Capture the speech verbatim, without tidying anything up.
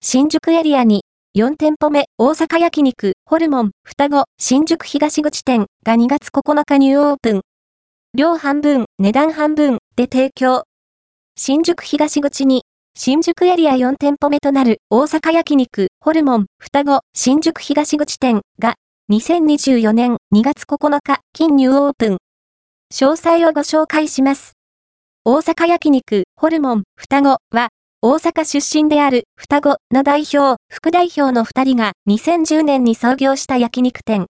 新宿エリアに、よんてんぽめ、大阪焼肉、ホルモン、双子、新宿東口店がにがつここのかニューオープン。量半分、値段半分で提供。新宿東口に、新宿エリアよんてんぽめとなる大阪焼肉、ホルモン、双子、新宿東口店が、にせんにじゅうよねんにがつここのか金ニューオープン。詳細をご紹介します。大阪焼肉、ホルモン、双子は、大阪出身である双子の代表、副代表のふたりがにせんじゅうねんに創業した焼肉店。